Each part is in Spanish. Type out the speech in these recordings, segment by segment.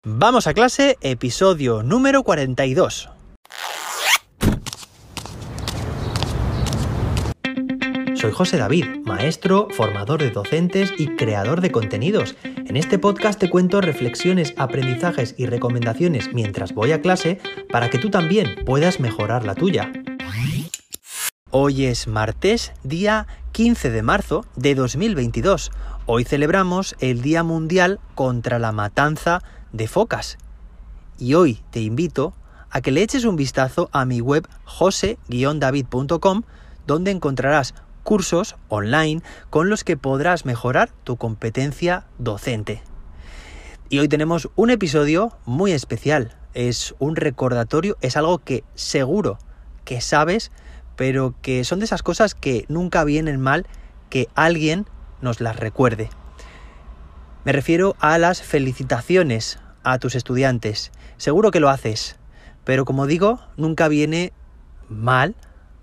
Vamos a clase, episodio número 42. Soy José David, maestro, formador de docentes y creador de contenidos. En este podcast te cuento reflexiones, aprendizajes y recomendaciones mientras voy a clase para que tú también puedas mejorar la tuya. Hoy es martes, día 15 de marzo de 2022. Hoy celebramos el Día Mundial contra la Matanza de Focas. Y hoy te invito a que le eches un vistazo a mi web jose-david.com, donde encontrarás cursos online con los que podrás mejorar tu competencia docente. Y hoy tenemos un episodio muy especial. Es un recordatorio, es algo que seguro que sabes, pero que son de esas cosas que nunca vienen mal que alguien nos las recuerde. Me refiero a las felicitaciones a tus estudiantes. Seguro que lo haces, pero como digo, nunca viene mal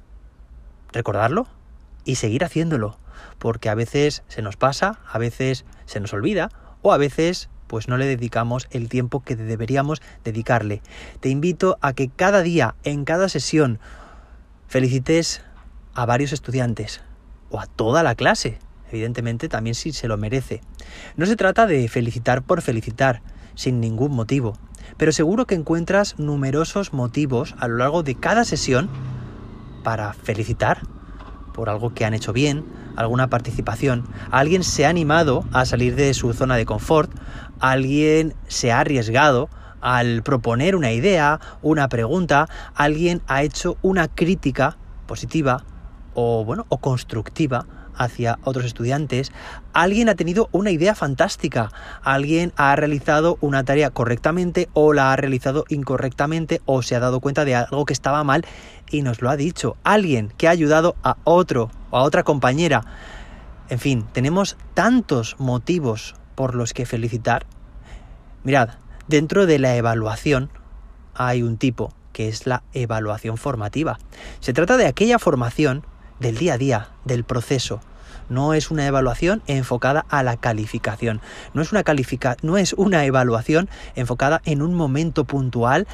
recordarlo y seguir haciéndolo, porque a veces se nos pasa, a veces se nos olvida o a veces pues no le dedicamos el tiempo que deberíamos dedicarle. Te invito a que cada día, en cada sesión, felicites a varios estudiantes o a toda la clase, evidentemente también si se lo merece. No se trata de felicitar por felicitar, sin ningún motivo, pero seguro que encuentras numerosos motivos a lo largo de cada sesión para felicitar por algo que han hecho bien, alguna participación. Alguien se ha animado a salir de su zona de confort, alguien se ha arriesgado al proponer una idea, una pregunta, alguien ha hecho una crítica positiva o constructiva hacia otros estudiantes, alguien ha tenido una idea fantástica, alguien ha realizado una tarea correctamente o la ha realizado incorrectamente o se ha dado cuenta de algo que estaba mal y nos lo ha dicho, alguien que ha ayudado a otro o a otra compañera. En fin, tenemos tantos motivos por los que felicitar. Mirad, dentro de la evaluación hay un tipo que es la evaluación formativa. Se trata de aquella formación del día a día, del proceso. No es una evaluación enfocada a la calificación. No es una evaluación enfocada en un momento puntual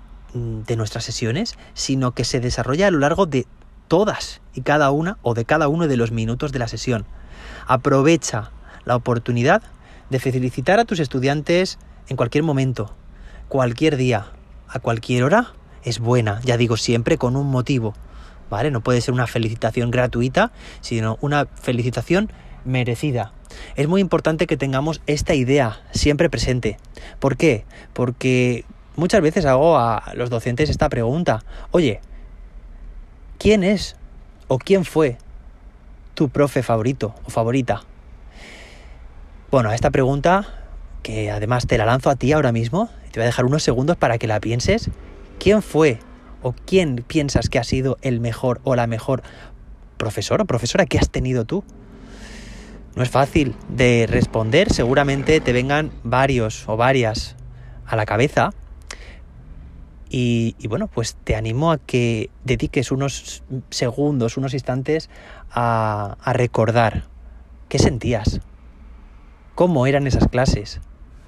de nuestras sesiones, sino que se desarrolla a lo largo de todas y cada una o de cada uno de los minutos de la sesión. Aprovecha la oportunidad de felicitar a tus estudiantes en cualquier momento, cualquier día, a cualquier hora es buena, ya digo siempre con un motivo. ¿Vale? No puede ser una felicitación gratuita, sino una felicitación merecida. Es muy importante que tengamos esta idea siempre presente. ¿Por qué? Porque muchas veces hago a los docentes esta pregunta. Oye, ¿quién es o quién fue tu profe favorito o favorita? Bueno, a esta pregunta, que además te la lanzo a ti ahora mismo, te voy a dejar unos segundos para que la pienses. ¿Quién fue o quién piensas que ha sido el mejor o la mejor profesor o profesora que has tenido tú? No es fácil de responder, seguramente te vengan varios o varias a la cabeza y bueno, pues te animo a que dediques unos segundos, unos instantes a recordar qué sentías, cómo eran esas clases,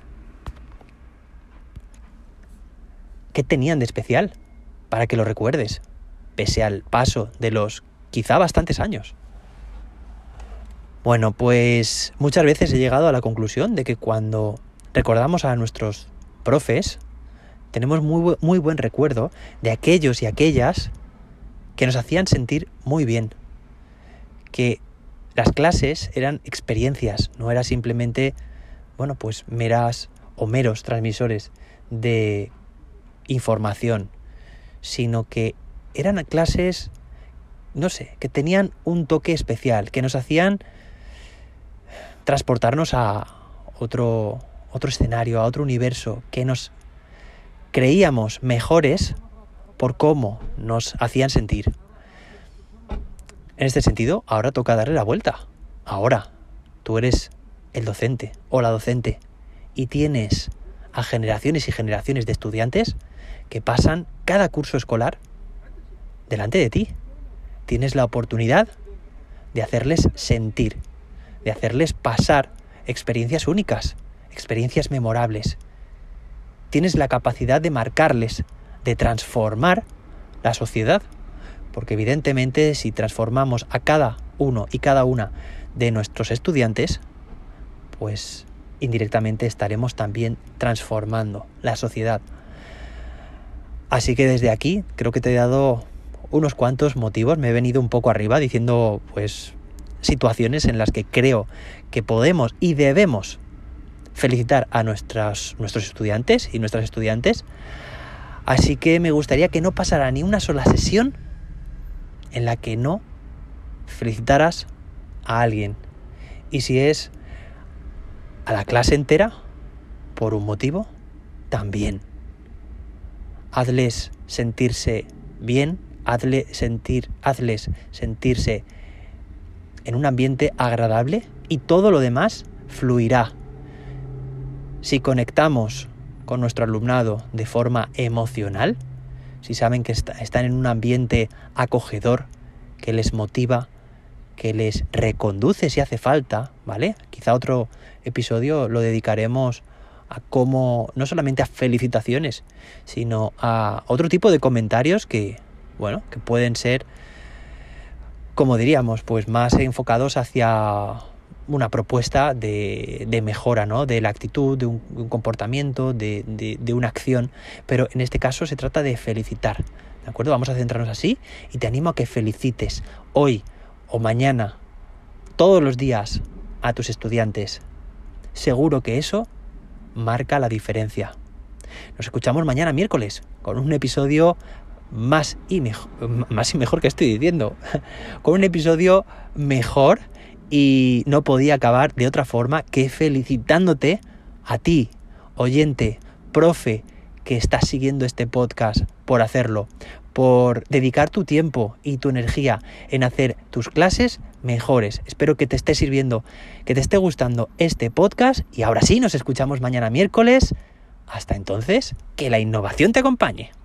qué tenían de especial, para que lo recuerdes, pese al paso de los quizá bastantes años. Bueno, pues muchas veces he llegado a la conclusión de que cuando recordamos a nuestros profes, tenemos muy buen recuerdo de aquellos y aquellas que nos hacían sentir muy bien, que las clases eran experiencias, no era simplemente, meras o meros transmisores de información, sino que eran clases, que tenían un toque especial, que nos hacían transportarnos a otro escenario, a otro universo, que nos creíamos mejores por cómo nos hacían sentir. En este sentido, ahora toca darle la vuelta. Ahora, tú eres el docente o la docente y tienes a generaciones y generaciones de estudiantes que pasan cada curso escolar delante de ti. Tienes la oportunidad de hacerles sentir, de hacerles pasar experiencias únicas, experiencias memorables. tienes la capacidad de marcarles, de transformar la sociedad. Porque evidentemente si transformamos a cada uno y cada una de nuestros estudiantes, pues indirectamente estaremos también transformando la sociedad. Así que desde aquí creo que te he dado unos cuantos motivos. Me he venido un poco arriba diciendo pues situaciones en las que creo que podemos y debemos felicitar a nuestros estudiantes y nuestras estudiantes. Así que me gustaría que no pasara ni una sola sesión en la que no felicitaras a alguien. Y si es a la clase entera, por un motivo, también. Hazles sentirse bien, hazles sentirse en un ambiente agradable y todo lo demás fluirá. Si conectamos con nuestro alumnado de forma emocional, si saben que están en un ambiente acogedor, que les motiva, que les reconduce si hace falta, ¿vale? Quizá otro episodio lo dedicaremos a cómo, no solamente a felicitaciones, sino a otro tipo de comentarios que pueden ser, como diríamos, pues más enfocados hacia una propuesta de mejora, ¿no? De la actitud, de un comportamiento, de una acción, pero en este caso se trata de felicitar, ¿de acuerdo? Vamos a centrarnos así y te animo a que felicites hoy o mañana, todos los días, a tus estudiantes. Seguro que eso marca la diferencia. Nos escuchamos mañana miércoles con un episodio más y mejor que estoy diciendo, con un episodio mejor. Y no podía acabar de otra forma que felicitándote a ti, oyente, profe, que estás siguiendo este podcast, por hacerlo, por dedicar tu tiempo y tu energía en hacer tus clases mejores. Espero que te esté sirviendo, que te esté gustando este podcast y ahora sí, nos escuchamos mañana miércoles. Hasta entonces, que la innovación te acompañe.